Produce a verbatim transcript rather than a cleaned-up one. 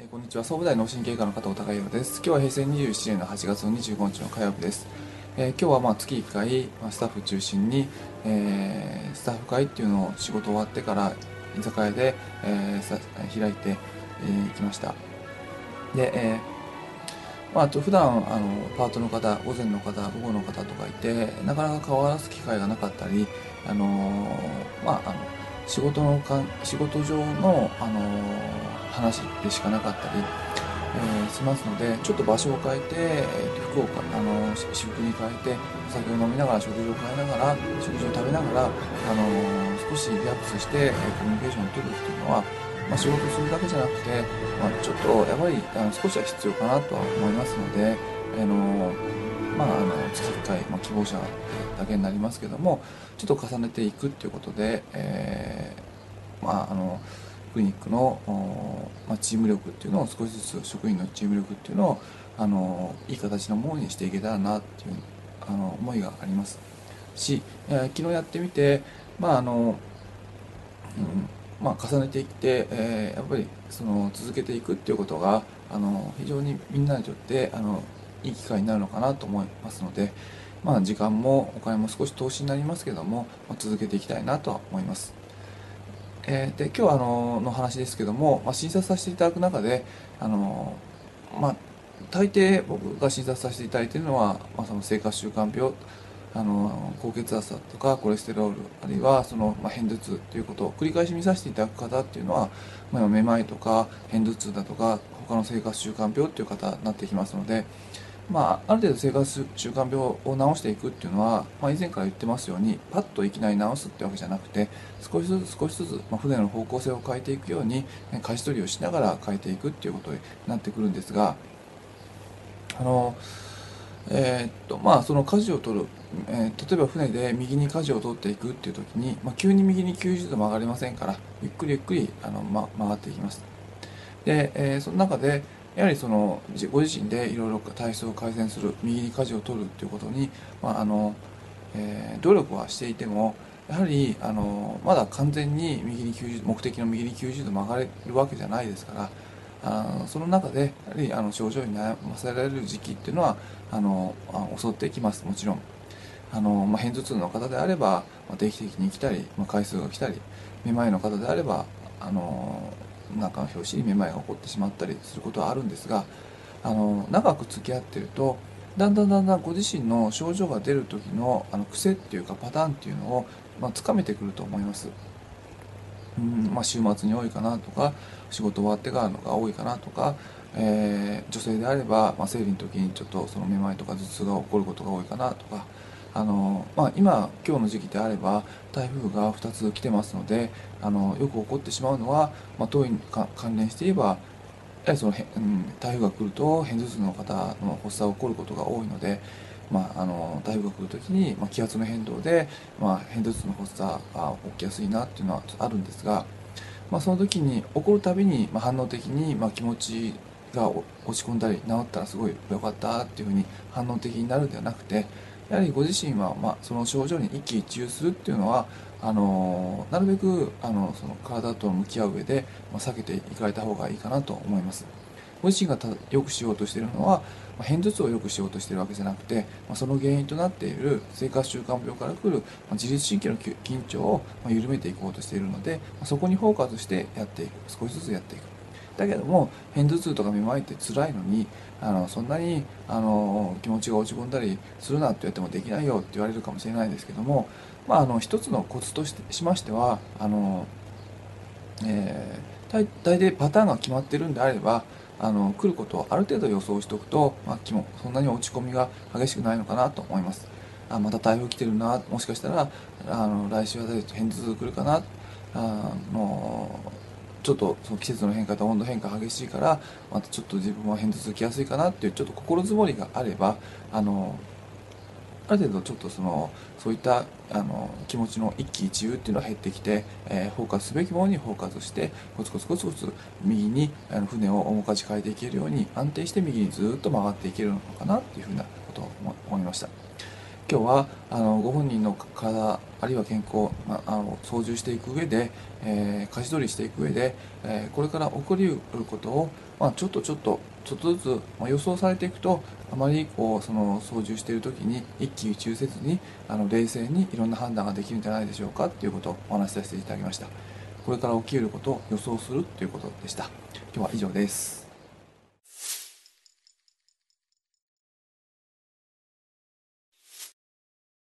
こんにちは。総務大脳神経科の加藤孝弘です。今日は平成にじゅうななねんのはちがつのにじゅうごにちの火曜日です。えー今日はまあ月いっかい、まあ、スタッフ中心に、えースタッフ会っていうのを仕事終わってから居酒屋で、えーさ開いてい、えーきました。で、えーまあ、あと普段あのパートの方、午前の方、午後の方とかいて、なかなか顔を合わす機会がなかったり、あのーまあ、あの仕事のかん仕事上の、あのー話でしかなかったり、えーしますので、ちょっと場所を変えて、えーと福岡、あのし私服に変えて、お酒を飲みながら、食事を変えながら、食事を食べながら、あの少しリラックスして、えーコミュニケーションを取るっていうのは、まあ、仕事するだけじゃなくて、まあ、ちょっとやっぱりあの少しは必要かなとは思いますので、あのまあ、あの月いっかい、まあ、希望者だけになりますけども、ちょっと重ねていくっていうことで、えーまあ、あのクリニックの、まあ、チーム力っていうのを少しずつ職員のチーム力っていうのをあのいい形のものにしていけたらなっていうあの思いがありますし、えー昨日やってみて、まああのうんまあ、重ねていって、えーやっぱりその続けていくっていうことがあの非常にみんなにとってあのいい機会になるのかなと思いますので、まあ、時間もお金も少し投資になりますけども、まあ、続けていきたいなとは思います。えーで今日はあのの話ですけども、まあ、診察させていただく中であの、まあ、大抵僕が診察させていただいているのは、まあ、その生活習慣病、あの高血圧だとかコレステロール、あるいはその、まあ、片頭痛ということを繰り返し見させていただく方っていうのは、まあ、めまいとか片頭痛だとか他の生活習慣病っていう方になってきますので、まあ、ある程度生活習慣病を治していくっていうのは、まあ、以前から言ってますようにパッといきなり治すってわけじゃなくて、少しずつ少しずつ、まあ、船の方向性を変えていくように舵取りをしながら変えていくっていうことになってくるんですが、あのえーっとまあその舵を取る、えー例えば船で右に舵を取っていくっていう時に、まあ、急に右にきゅうじゅうど曲がれませんから、ゆっくりゆっくりあの、ま、曲がっていきます。で、えーその中でやはりそのご自身でいろいろ体質を改善する、右に舵を取るっていうことに、まああのえー努力はしていても、やはりあのまだ完全に右にきゅうじゅう目的の右にきゅうじゅうど曲がれるわけじゃないですから、あその中でやはりあの症状に悩ませられる時期っていうのはあのあ襲ってきます。もちろんあの、まあ、片頭痛の方であれば、まあ、定期的に来たり、まあ、回数が来たり、めまいの方であればあの中の拍子にめまいが起こってしまったりすることはあるんですが、あの長く付き合ってるとだんだんだんだんご自身の症状が出る時のあの癖っていうかパターンっていうのを、まあ、つかめてくると思います。うんまあ、週末に多いかなとか、仕事終わってからのが多いかなとか、えー女性であれば、まあ、生理の時にちょっとそのめまいとか頭痛が起こることが多いかなとか、あの、まあ、今今日の時期であれば台風がふたつ来てますので、あのよく起こってしまうのは、まあ、当院か関連して言えば、やはりその、へうん、台風が来ると片頭痛の方の発作が起こることが多いので、まあ、あの台風が来るときに、まあ、気圧の変動で、まあ、片頭痛の発作が起きやすいなっていうのはあるんですが、まあ、その時に起こるたびに、まあ、反応的に、まあ、気持ちが落ち込んだり、治ったらすごい良かったっていうふうに反応的になるんではなくて、やはりご自身は、まあ、その症状に一喜一憂するっていうのは、あのなるべくあのその体と向き合う上で、まあ、避けていかれた方がいいかなと思います。ご自身がた良くしようとしているのは、まあ、片頭痛を良くしようとしているわけじゃなくて、まあ、その原因となっている生活習慣病から来る、まあ、自律神経の緊張をまあ緩めていこうとしているので、まあ、そこにフォーカスしてやっていく、少しずつやっていく。だけども片頭痛とかめまいって辛いのに、あのそんなにあの気持ちが落ち込んだりするなって言ってもできないよって言われるかもしれないですけども、まあ、あの一つのコツとしてしましては、あのえー、大大体パターンが決まってるんであれば、あの来ることをある程度予想しておくと、まあ、気もそんなに落ち込みが激しくないのかなと思います。あ、また台風来てるな、もしかしたらあの来週は片頭痛来るかな、あのちょっとその季節の変化と温度変化激しいから、またちょっと自分は片頭痛来やすいかなっていうちょっと心づもりがあれば、あのある程度ちょっとそのそういったあの気持ちの一喜一憂っていうのは減ってきて、えーフォーカスすべきものにフォーカスしてコツコツコツコツ右にあの船を面舵変えていけるように安定して右にずっと曲がっていけるのかなっていうふうなことを思いました。 今日はあのご本人の体あるいは健康、まあ、あの操縦していく上で、えー、舵取りしていく上で、えーこれから起こりうることを、まあ、ちょっとちょっとちょっとずつ、まあ、予想されていくと、あまりこうその操縦している時に一喜一憂せずに、あの冷静にいろんな判断ができるんじゃないでしょうかということをお話しさせていただきました。これから起きうることを予想するということでした。今日は以上です。